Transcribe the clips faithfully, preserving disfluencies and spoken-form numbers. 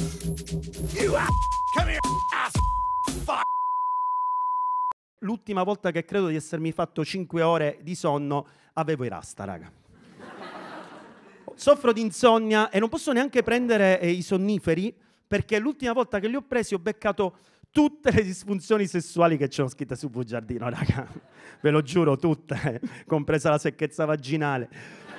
You come here, ass fuck. L'ultima volta che credo di essermi fatto cinque ore di sonno avevo i rasta, raga. Soffro di insonnia e non posso neanche prendere eh, i sonniferi perché l'ultima volta che li ho presi ho beccato tutte le disfunzioni sessuali che c'erano scritte sul bugiardino, raga. Ve lo giuro, tutte, compresa la secchezza vaginale.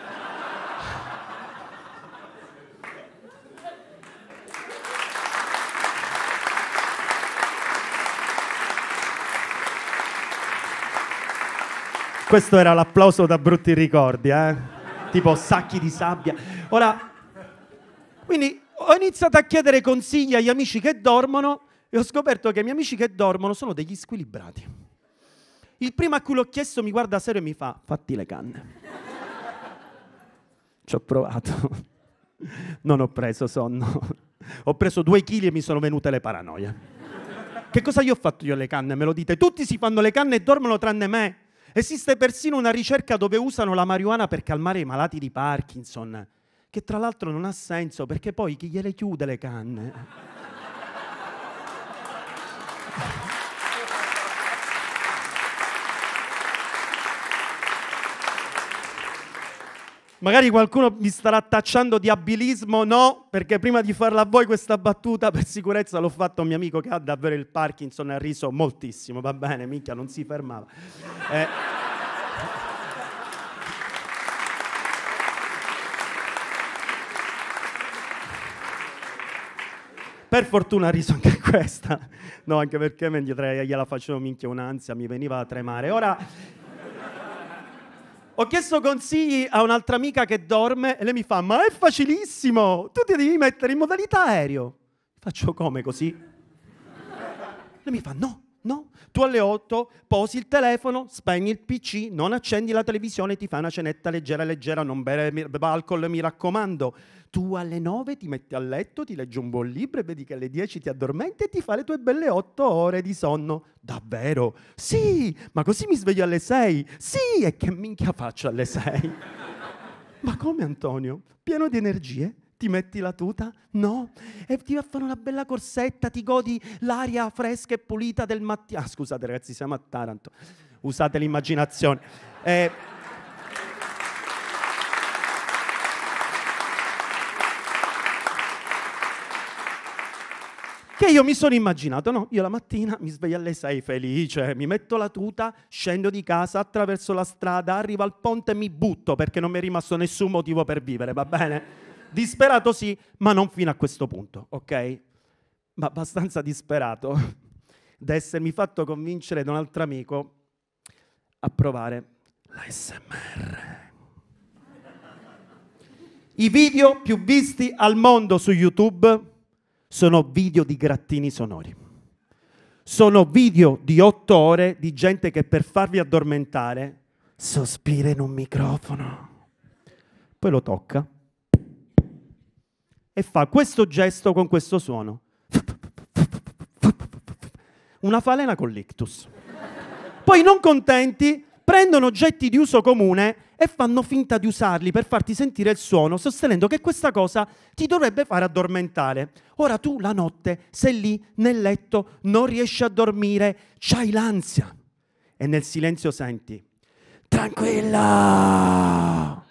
Questo era l'applauso da brutti ricordi, eh? Tipo sacchi di sabbia. Ora, quindi ho iniziato a chiedere consigli agli amici che dormono e ho scoperto che i miei amici che dormono sono degli squilibrati. Il primo a cui l'ho chiesto mi guarda serio e mi fa: fatti le canne. Ci ho provato. Non ho preso sonno. Ho preso due chili e mi sono venute le paranoie. Che cosa gli ho fatto io alle canne? Me lo dite? Tutti si fanno le canne e dormono tranne me. Esiste persino una ricerca dove usano la marijuana per calmare i malati di Parkinson, che tra l'altro non ha senso perché poi chi gliele chiude le canne? Magari qualcuno mi starà tacciando di abilismo, no, perché prima di farla a voi questa battuta per sicurezza l'ho fatto a un mio amico che ha davvero il Parkinson e ha riso moltissimo, va bene, minchia, non si fermava. Eh. Per fortuna ha riso anche questa, no, anche perché mentre gliela facevo minchia un'ansia, mi veniva a tremare. Ora... Ho chiesto consigli a un'altra amica che dorme e lei mi fa: ma è facilissimo, tu ti devi mettere in modalità aereo. Faccio: come così? Lei mi fa: no, no, tu alle otto posi il telefono, spegni il P C, non accendi la televisione, ti fai una cenetta leggera leggera, non bere alcol, mi raccomando. Tu alle nove ti metti a letto, ti leggi un buon libro e vedi che alle dieci ti addormenti e ti fai le tue belle otto ore di sonno. Davvero? Sì, ma così mi sveglio alle sei. Sì, e che minchia faccio alle sei? Ma come, Antonio? Pieno di energie? Ti metti la tuta? No. E ti va a fare una bella corsetta, ti godi l'aria fresca e pulita del mattino. Ah, scusate ragazzi, siamo a Taranto. Usate l'immaginazione. Eh... Che io mi sono immaginato, no? Io la mattina mi sveglio alle sei felice, mi metto la tuta, scendo di casa, attraverso la strada, arrivo al ponte e mi butto perché non mi è rimasto nessun motivo per vivere, va bene? Disperato sì, ma non fino a questo punto, ok? Ma abbastanza disperato da essermi fatto convincere da un altro amico a provare l'A S M R. I video più visti al mondo su YouTube sono video di grattini sonori. Sono video di otto ore di gente che per farvi addormentare sospira in un microfono, poi lo tocca e fa questo gesto con questo suono. Una falena con l'ictus. Poi, non contenti, prendono oggetti di uso comune e fanno finta di usarli per farti sentire il suono, sostenendo che questa cosa ti dovrebbe fare addormentare. Ora tu la notte sei lì nel letto, non riesci a dormire, c'hai l'ansia e nel silenzio senti: tranquilla!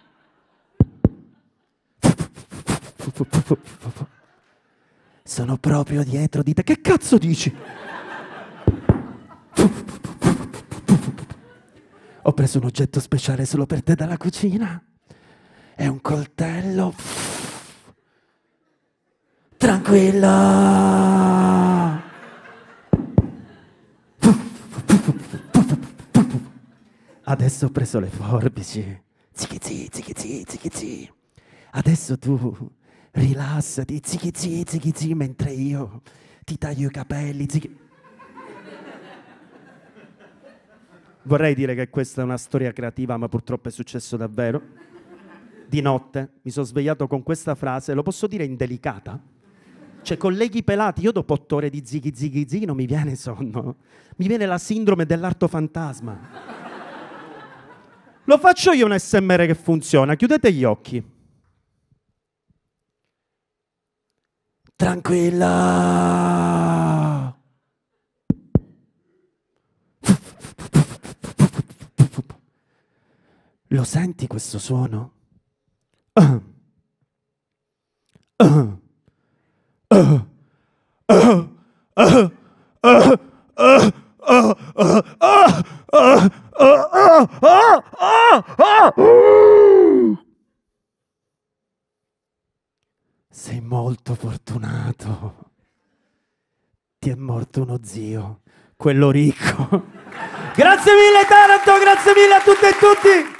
Sono proprio dietro di te. Che cazzo dici? Ho preso un oggetto speciale solo per te dalla cucina. È un coltello. Tranquilla. Adesso ho preso le forbici. Zichi-zi, zichi-zi, zichi-zi. Adesso tu rilassati, zichi-zi, zichi-zi, mentre io ti taglio i capelli, zichi... Vorrei dire che questa è una storia creativa, ma purtroppo è successo davvero. Di notte mi sono svegliato con questa frase, lo posso dire indelicata? Cioè, colleghi pelati, io dopo otto ore di zighi zighi zighi non mi viene sonno. Mi viene la sindrome dell'artofantasma. Lo faccio io un A S M R che funziona, chiudete gli occhi. Tranquilla. Lo senti questo suono? Uh. Uh. Uh. Uh. Uh. Uh. Uh. Uh. Uh. Sei molto fortunato. Ti è morto uno zio, quello ricco. Grazie mille Taranto, grazie mille a tutte e tutti.